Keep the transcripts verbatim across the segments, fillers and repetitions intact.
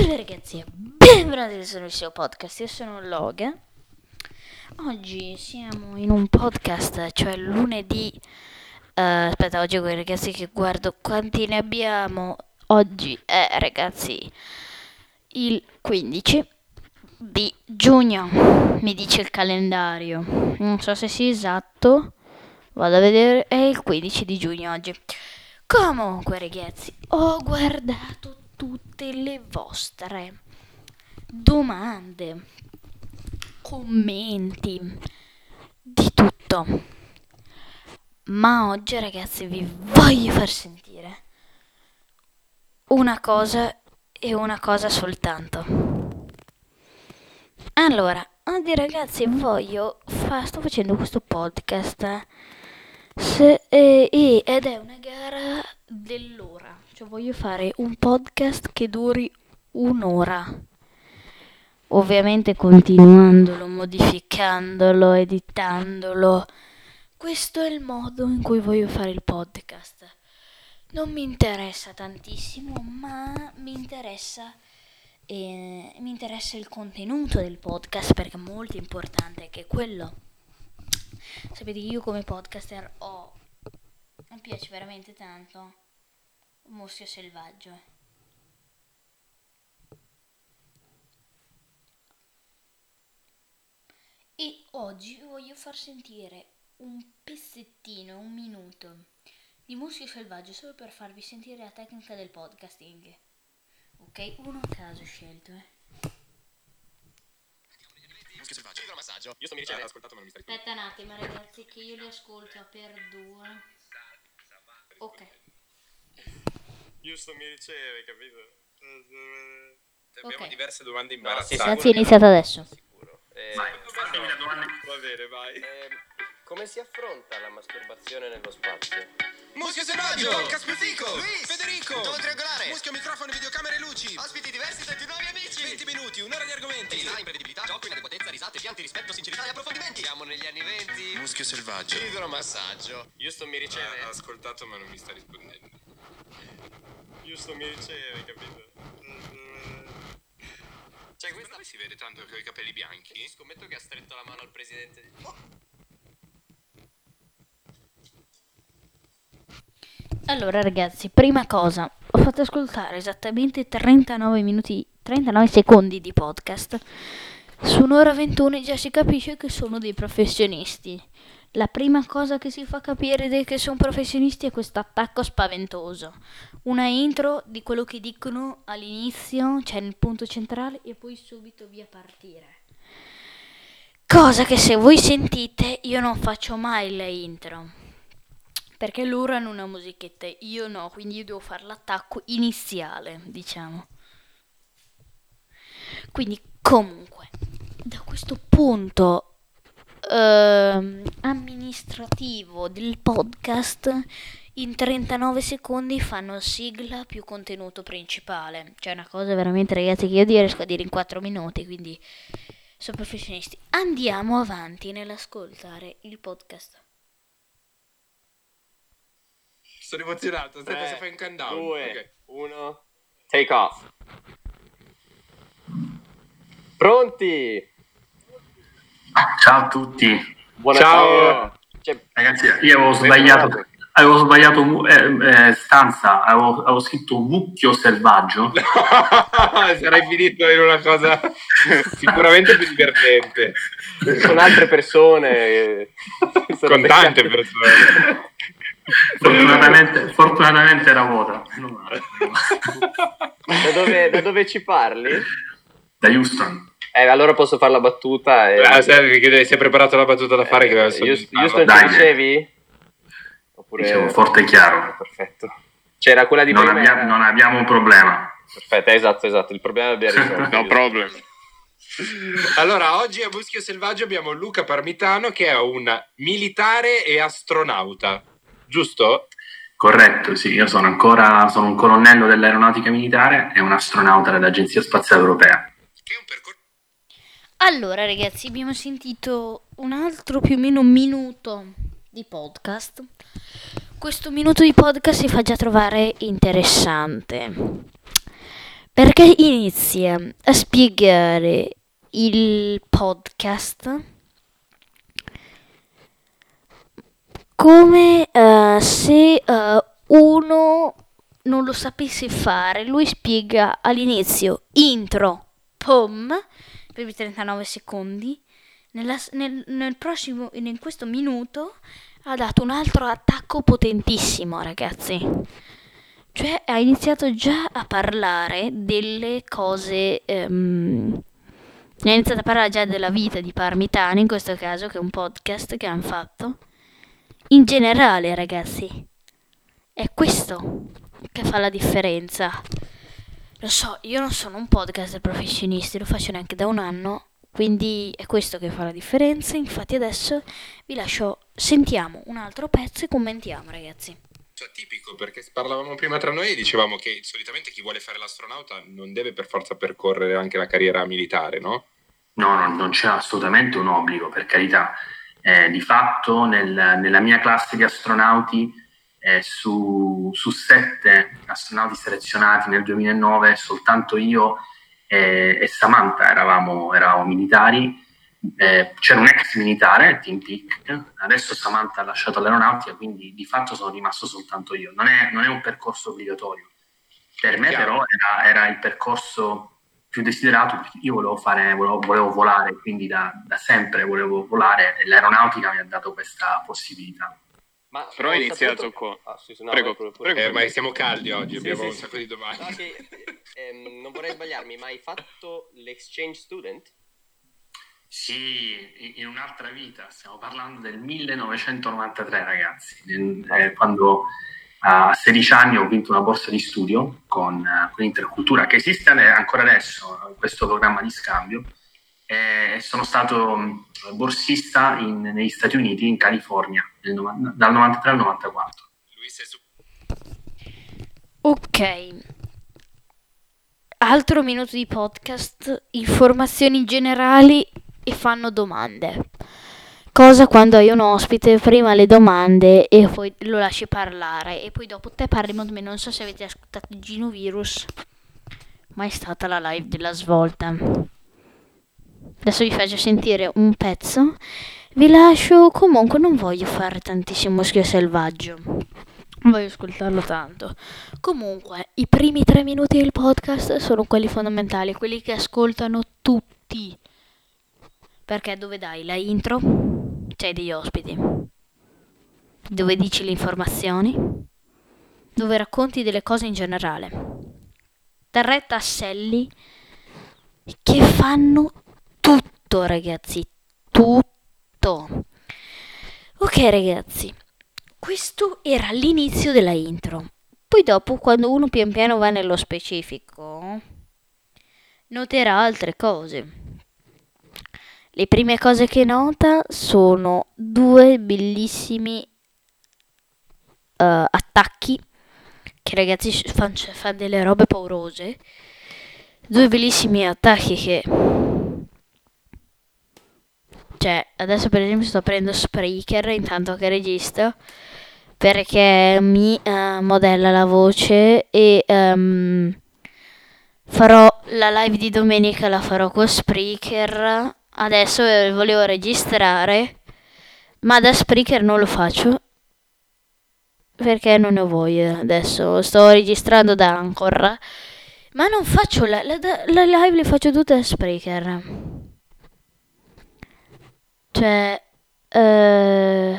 Salve ragazzi, benvenuti sul suo podcast, io sono Loga. Oggi siamo in un podcast, cioè lunedì. uh, Aspetta, oggi ragazzi che guardo quanti ne abbiamo. Oggi è ragazzi il quindici di giugno, mi dice il calendario. Non so se sia esatto, vado a vedere, è il quindici di giugno oggi. Comunque ragazzi, ho guardato tutte le vostre domande, commenti, di tutto. Ma oggi ragazzi vi voglio far sentire una cosa e una cosa soltanto. Allora, oggi ragazzi voglio fa- sto facendo questo podcast se, eh, eh, ed è una gara dell'ora, cioè voglio fare un podcast che duri un'ora, ovviamente continuandolo, modificandolo, editandolo. Questo è il modo in cui voglio fare il podcast. Non mi interessa tantissimo, ma mi interessa e mi interessa il contenuto del podcast, perché è molto importante che quello. Sapete, io come podcaster ho mi piace veramente tanto Muschio Selvaggio. E oggi vi voglio far sentire un pezzettino, un minuto di Muschio Selvaggio, solo per farvi sentire la tecnica del podcasting. Ok, uno a caso scelto, eh. Muschio Selvaggio, idromassaggio. Io sto mi riceve, ascoltato ma non mi stai. Aspetta un attimo ragazzi che io li ascolto a per due. Ok. Io sto mi riceve, capito? Abbiamo Ok. diverse domande Sì, imbarazzanti. ragazzi, è iniziato adesso. Sicuro. Eh, Vai, allora, la domanda. va bene, vai. Eh, come si affronta la masturbazione nello spazio? Muschio Selvaggio, Caspio Fico, Luis, Federico, Don Triangolare, Muschio Microfono, Videocamere e Luci. ospiti diversi, tanti nuovi amici. venti minuti, un'ora di argomenti. Verità, imprevedibilità, gioco, inadeguatezza, risate, pianti, rispetto, sincerità e approfondimenti. Siamo negli anni venti. Muschio Selvaggio. Idromassaggio. Io sto mi riceve. Ha ascoltato ma non mi sta rispondendo. Io sto mi riceve, capito? Cioè, questa si vede tanto che ho i capelli bianchi. scommetto che ha stretto la mano al presidente. Allora ragazzi, prima cosa, ho fatto ascoltare esattamente trentanove minuti, trentanove secondi di podcast. Su un'ora ventuno già si capisce che sono dei professionisti. La prima cosa che si fa capire de- che sono professionisti è questo attacco spaventoso. Una intro di quello che dicono all'inizio, cioè nel punto centrale, e poi subito via partire. Cosa che se voi sentite io non faccio mai le intro, perché loro hanno una musichetta, io no, quindi io devo fare l'attacco iniziale, diciamo. Quindi comunque, da questo punto ehm, amministrativo del podcast, in trentanove secondi fanno sigla più contenuto principale. Cioè una cosa veramente ragazzi che io riesco a dire in quattro minuti, quindi sono professionisti. Andiamo avanti nell'ascoltare il podcast. Sono emozionato, aspetta Tre, se fai un countdown. due, Ok. uno, take off. Pronti? Ciao a tutti, Buonasera. Ciao. Cioè, ragazzi. Io avevo sbagliato, avevo sbagliato mu- eh, eh, stanza, avevo, avevo scritto mucchio selvaggio. Sarai finito in una cosa sicuramente più divertente. con altre persone. eh, sono Con tante beccate. persone. Fortunatamente, fortunatamente era vuota. Non male. Da dove, da dove ci parli? Da Houston. Eh, allora posso fare la battuta. E... Ah, sai che si è preparato la battuta da fare che Eh, adesso Houston, parla. Houston Dai. ci dicevi? Oppure... Dicevo forte e chiaro. Perfetto. C'era quella di Non, prima. abbia- era- non abbiamo un problema. Perfetto, esatto, esatto. Il problema l'abbiamo risolto. No problem. Allora, oggi a Muschio Selvaggio abbiamo Luca Parmitano che è un militare e astronauta, giusto? Corretto, sì. Io sono ancora sono un colonnello dell'aeronautica militare e un astronauta dell'Agenzia Spaziale Europea. Che è un percorso. Allora ragazzi, abbiamo sentito un altro più o meno un minuto di podcast. Questo minuto di podcast si fa già trovare interessante, perché inizia a spiegare il podcast come uh, se uh, uno non lo sapesse fare. Lui spiega all'inizio intro, pom, per i trentanove secondi. Nella, nel, nel prossimo, in questo minuto ha dato un altro attacco potentissimo, ragazzi. Cioè ha iniziato già a parlare delle cose, um, ha iniziato a parlare già della vita di Parmitano, in questo caso, che è un podcast che hanno fatto. In generale, ragazzi, è questo che fa la differenza. Lo so, io non sono un podcast professionisti, lo faccio neanche da un anno, quindi è questo che fa la differenza. Infatti adesso vi lascio, sentiamo un altro pezzo e commentiamo, ragazzi. Tipico, perché parlavamo prima tra noi e dicevamo che solitamente chi vuole fare l'astronauta non deve per forza percorrere anche la carriera militare, no? No, no, non c'è assolutamente un obbligo, per carità. Eh, di fatto nel, nella mia classe di astronauti eh, su, su sette astronauti selezionati nel duemilanove soltanto io e, e Samantha eravamo, eravamo militari. Eh, c'era un ex militare, Team Peak, adesso Samantha ha lasciato l'aeronautica, quindi di fatto sono rimasto soltanto io. Non è, non è un percorso obbligatorio. Per me però era, era il percorso più desiderato, perché io volevo fare, volevo, volevo volare, quindi da, da sempre volevo volare e l'aeronautica mi ha dato questa possibilità. Ma però ho hai iniziato saputo... con... Ah, sì, sì, no, prego, pure, pure. prego. Eh, ma siamo caldi oggi, Sì, abbiamo sì, un sì. sacco di domande. No, che, ehm, non vorrei sbagliarmi, ma hai fatto l'exchange student? Sì, in un'altra vita, stiamo parlando del millenovecentonovantatré, ragazzi, eh, quando a sedici anni ho vinto una borsa di studio con, con Intercultura, che esiste ancora adesso, questo programma di scambio, e sono stato borsista in, negli Stati Uniti, in California, nel, dal novantatré al novantaquattro. Ok, altro minuto di podcast, informazioni generali e fanno domande. Cosa quando hai un ospite, prima le domande e poi lo lasci parlare e poi dopo te parli molto bene. Non so se avete ascoltato Gino Virus, ma è stata la live della svolta. Adesso vi faccio sentire un pezzo, vi lascio. Comunque non voglio fare tantissimo Muschio Selvaggio, non voglio ascoltarlo tanto. Comunque i primi tre minuti del podcast sono quelli fondamentali, quelli che ascoltano tutti, perché dove dai la intro c'hai degli ospiti, dove dici le informazioni, dove racconti delle cose in generale, tre tasselli che fanno tutto, ragazzi, tutto. Ok, ragazzi, questo era l'inizio della intro. Poi dopo, quando uno pian piano va nello specifico, noterà altre cose. Le prime cose che nota sono due bellissimi uh, attacchi, che ragazzi fanno fa delle robe paurose. Due bellissimi attacchi che... Cioè, adesso per esempio sto prendendo Spreaker intanto che registro, perché mi uh, modella la voce e um, farò la live di domenica, la farò con Spreaker. Adesso volevo registrare, ma da Spreaker non lo faccio perché non ne ho voglia. Adesso sto registrando da Anchor, ma non faccio la, la, la live, le faccio tutte da Spreaker. Cioè eh...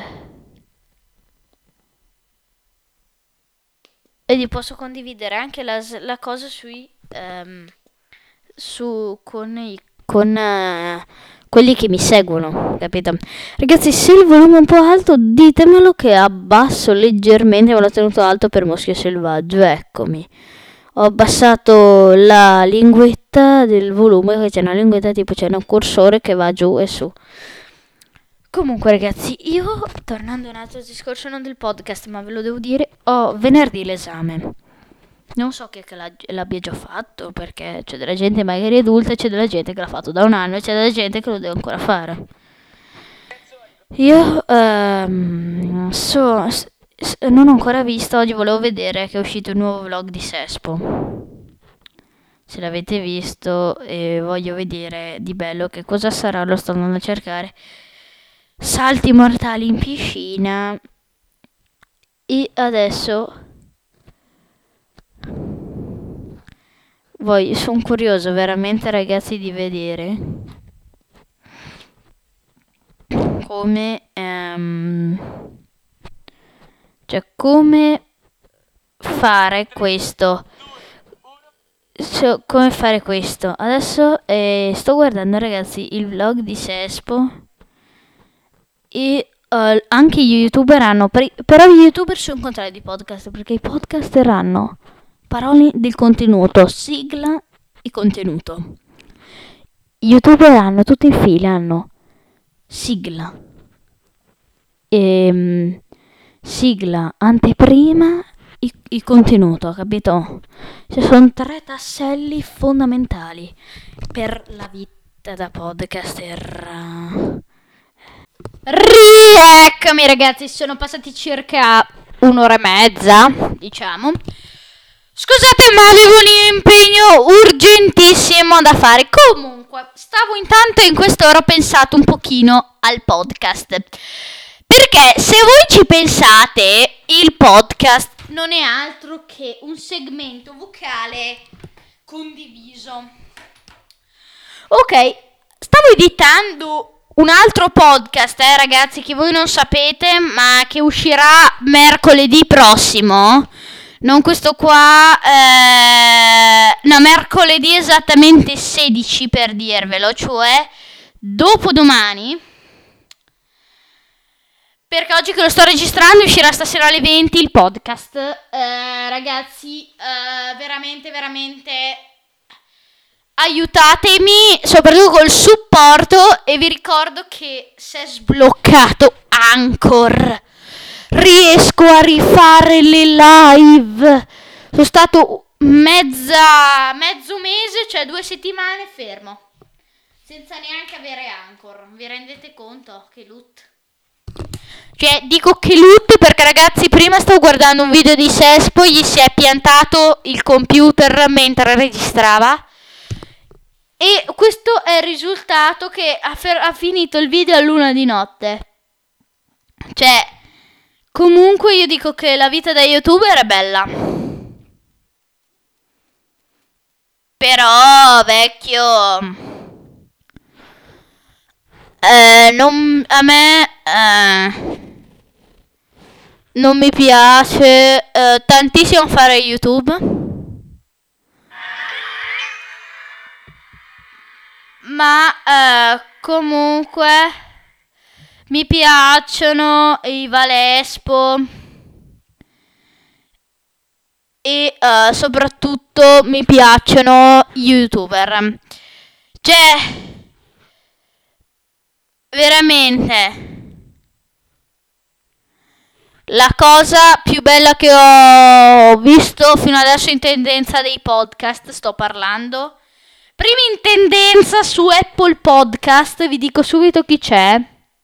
e vi posso condividere anche la, la cosa sui um, su con i con uh, quelli che mi seguono, capito? Ragazzi, se il volume è un po' alto ditemelo che abbasso leggermente, me l'ho tenuto alto per Muschio Selvaggio, eccomi. Ho abbassato la linguetta del volume, che c'è una linguetta tipo, c'è un cursore che va giù e su. Comunque ragazzi, io, tornando un altro discorso non del podcast, ma ve lo devo dire, ho venerdì l'esame. Non so chi è che l'abbia già fatto, perché c'è della gente magari adulta, c'è della gente che l'ha fatto da un anno e c'è della gente che lo deve ancora fare. Io um, so, s- s- non ho ancora visto, oggi volevo vedere che è uscito il nuovo vlog di Sespo. se l'avete visto e voglio vedere di bello che cosa sarà, lo sto andando a cercare. Salti mortali in piscina. E adesso voglio, sono curioso veramente, ragazzi, di vedere come ehm, cioè come fare questo. So, come fare questo adesso. Eh, sto guardando, ragazzi, il vlog di Sespo e uh, anche gli youtuber hanno pre- però gli youtuber sono contrari di podcast, perché i podcaster hanno parole del contenuto, sigla e contenuto. Gli youtuber hanno tutti in fila, hanno sigla ehm, sigla, anteprima, il, il contenuto, capito? Cioè sono tre tasselli fondamentali per la vita da podcaster. Rieccomi, ragazzi, sono passati circa un'ora e mezza, diciamo. Scusate, ma avevo un impegno urgentissimo da fare. Comunque, stavo intanto in quest'ora, ho pensato un pochino al podcast. Perché se voi ci pensate, il podcast non è altro che un segmento vocale condiviso. Ok, stavo editando un altro podcast, eh, ragazzi, che voi non sapete, ma che uscirà mercoledì prossimo. Non questo qua, eh, no, mercoledì esattamente sedici, per dirvelo, cioè dopodomani. Perché oggi che lo sto registrando uscirà stasera alle venti il podcast. Eh, ragazzi, eh, veramente, veramente aiutatemi, soprattutto col supporto. E vi ricordo che se è sbloccato Anchor, riesco a rifare le live. Sono stato mezza, mezzo mese, cioè due settimane fermo, senza neanche avere Anchor. Vi rendete conto che loot? Cioè, dico che loot perché, ragazzi, prima stavo guardando un video di Sespo, gli si è piantato il computer mentre registrava. E questo è il risultato, che ha, fer- ha finito il video a luna di notte. Cioè, comunque io dico che la vita da youtuber è bella. Però, vecchio, eh, non, a me eh, non mi piace eh, tantissimo fare YouTube. Ma eh, comunque mi piacciono i Valespo e uh, soprattutto mi piacciono gli youtuber. Cioè, veramente, la cosa più bella che ho visto fino adesso in tendenza dei podcast, sto parlando. Prima in tendenza su Apple Podcast, vi dico subito chi c'è.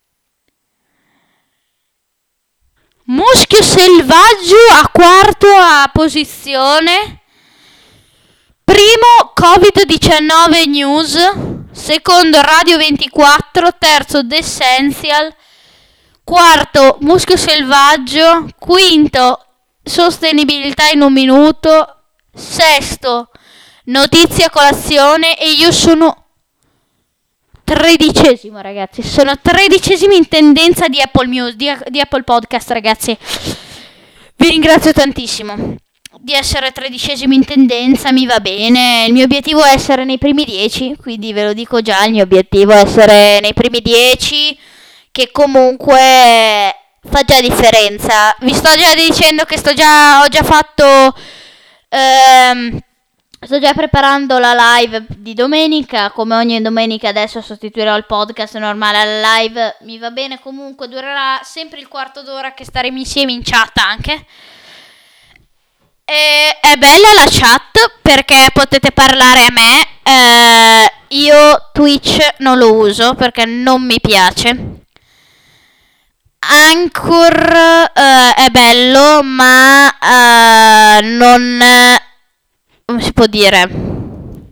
Muschio Selvaggio a quarto a posizione. Primo covid diciannove News. Secondo Radio ventiquattro. Terzo The Essential. Quarto Muschio Selvaggio. Quinto Sostenibilità in un minuto. Sesto Notizie a colazione. E io sono tredicesimo, ragazzi. Sono tredicesimo in tendenza di Apple News, di, di Apple Podcast, ragazzi. Vi ringrazio tantissimo di essere tredicesimo in tendenza, mi va bene. Il mio obiettivo è essere nei primi dieci, quindi ve lo dico già, il mio obiettivo è essere nei primi dieci, che comunque fa già differenza. Vi sto già dicendo che sto già ho già fatto ehm, sto già preparando la live di domenica. Come ogni domenica adesso sostituirò il podcast normale alla live. Mi va bene, comunque durerà sempre il quarto d'ora che staremo insieme in chat anche. E è bella la chat perché potete parlare a me. Eh, io Twitch non lo uso perché non mi piace. Anchor eh, è bello, ma eh, non... come si può dire?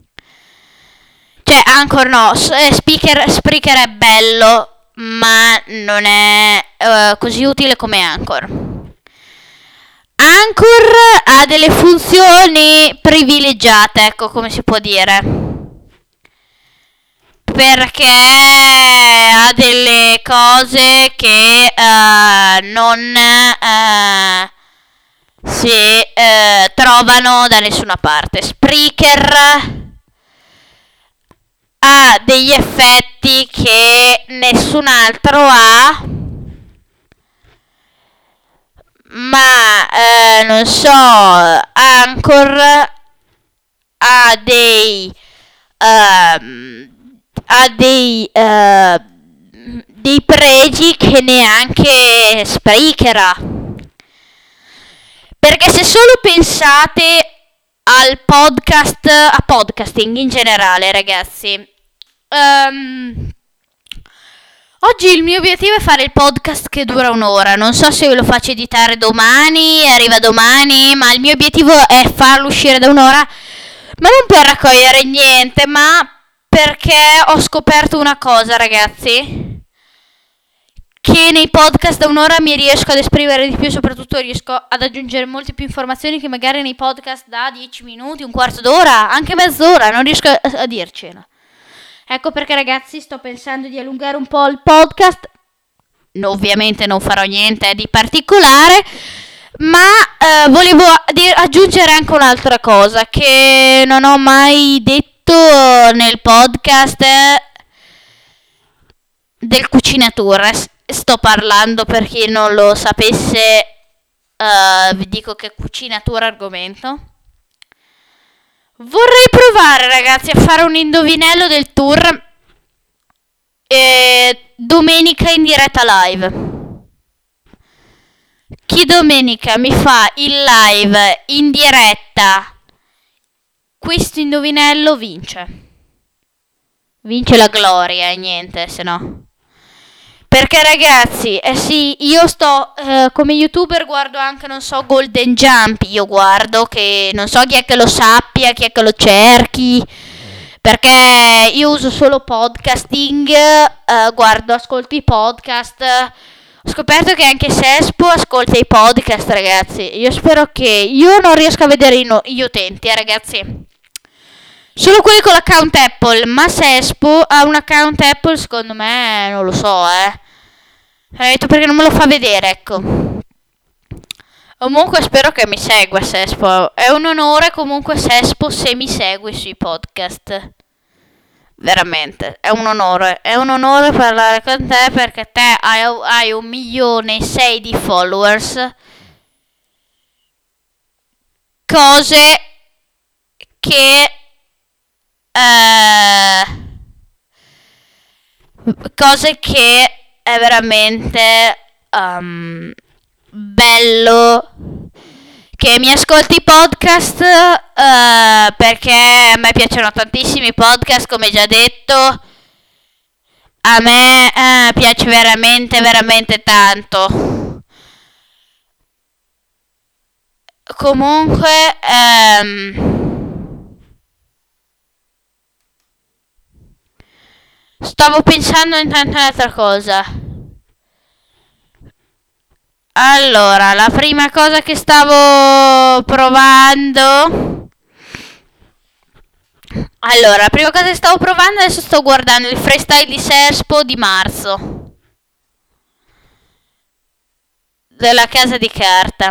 Anchor no, S- eh, speaker, Spreaker è bello, ma non è eh, così utile come Anchor. Anchor ha delle funzioni privilegiate, ecco, come si può dire, perché ha delle cose che eh, non eh, si eh, trovano da nessuna parte. Spreaker ha degli effetti che nessun altro ha, ma eh, non so, Anchor ha dei uh, ha dei uh, dei pregi che neanche Spreaker ha, perché se solo pensate al podcast, a podcasting in generale, ragazzi, um, oggi il mio obiettivo è fare il podcast che dura un'ora. Non so se lo faccio editare domani, arriva domani, ma il mio obiettivo è farlo uscire da un'ora, ma non per raccogliere niente, ma perché ho scoperto una cosa, ragazzi, che nei podcast da un'ora mi riesco ad esprimere di più, soprattutto riesco ad aggiungere molte più informazioni che magari nei podcast da dieci minuti, un quarto d'ora, anche mezz'ora, non riesco a, a dircela. Ecco perché, ragazzi, sto pensando di allungare un po' il podcast. No, ovviamente non farò niente di particolare, ma eh, volevo di- aggiungere anche un'altra cosa che non ho mai detto nel podcast eh, del cucinatura. Sto parlando, per chi non lo sapesse, uh, vi dico che cucinatura argomento. Vorrei provare, ragazzi, a fare un indovinello del tour eh, domenica in diretta live. Chi domenica mi fa il live in diretta questo indovinello vince. Vince la gloria e niente, se no. Perché, ragazzi, eh sì, io sto eh, come youtuber guardo anche, non so, Golden Jump. Io guardo, che non so chi è che lo sappia, chi è che lo cerchi, perché io uso solo podcasting, eh, guardo, ascolto i podcast. Ho scoperto che anche Sespo ascolta i podcast, ragazzi. Io spero che... Io non riesco a vedere i no- gli utenti, eh, ragazzi. Solo quelli con l'account Apple, ma Sespo ha un account Apple, secondo me, non lo so, eh. Ho detto perché non me lo fa vedere, ecco. Comunque spero che mi segua Sespo. È un onore comunque, Sespo, se mi segui sui podcast. Veramente, è un onore. È un onore parlare con te, perché te hai, hai un milione e sei di followers. Cose che... Uh, cose che è veramente um, bello che mi ascolti i podcast, uh, perché a me piacciono tantissimi podcast, come già detto. A me uh, piace veramente veramente tanto. Comunque um, stavo pensando intanto un'altra cosa. Allora, la prima cosa che stavo provando... Allora, la prima cosa che stavo provando, adesso sto guardando il freestyle di Sespo di marzo. Della Casa di Carta.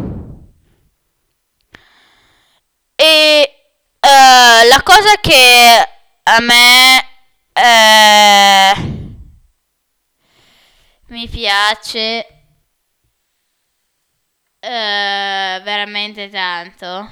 E uh, la cosa che a me... Eh, mi piace eh, veramente tanto,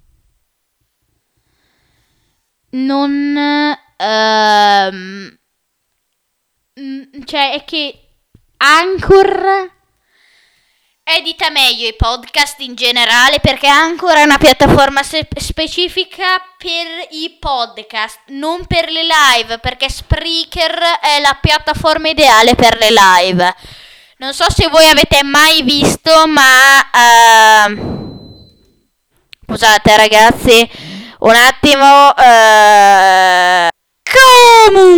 non ehm, cioè è che Anchor edita meglio i podcast in generale, perché Anchor è una piattaforma se- specifica per i podcast, non per le live, perché Spreaker è la piattaforma ideale per le live. Non so se voi avete mai visto, ma uh, scusate ragazzi, un attimo, uh,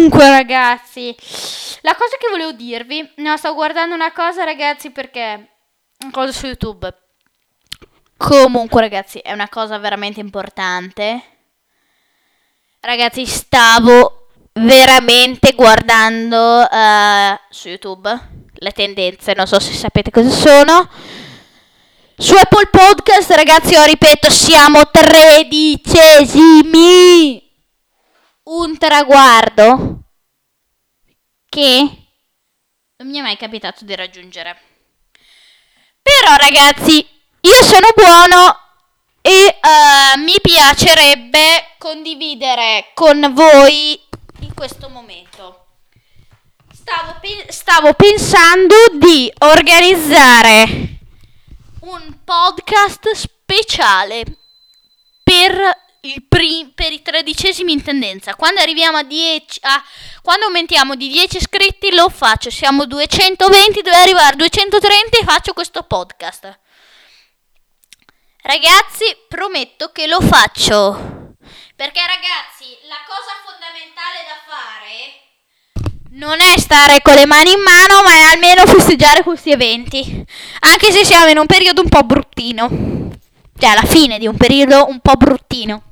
Comunque ragazzi, la cosa che volevo dirvi, no, sto guardando una cosa ragazzi perché, una cosa su YouTube. Comunque ragazzi, è una cosa veramente importante. Ragazzi, stavo veramente guardando uh, su YouTube le tendenze, non so se sapete cosa sono. Su Apple Podcast, ragazzi, io ripeto, siamo tredicesimi. Un traguardo che non mi è mai capitato di raggiungere. Però, ragazzi, io sono buono e uh, mi piacerebbe condividere con voi in questo momento. Stavo, pe- stavo pensando di organizzare un podcast speciale per, il prim- per i tredicesimi in tendenza. Quando arriviamo a dieci, ah, quando aumentiamo di dieci iscritti lo faccio. Siamo duecentoventi, devo arrivare a duecentotrenta e faccio questo podcast. Ragazzi, prometto che lo faccio. Perché ragazzi, la cosa fondamentale da fare non è stare con le mani in mano, ma è almeno festeggiare questi eventi. Anche se siamo in un periodo un po' bruttino. Cioè, alla fine di un periodo un po' bruttino.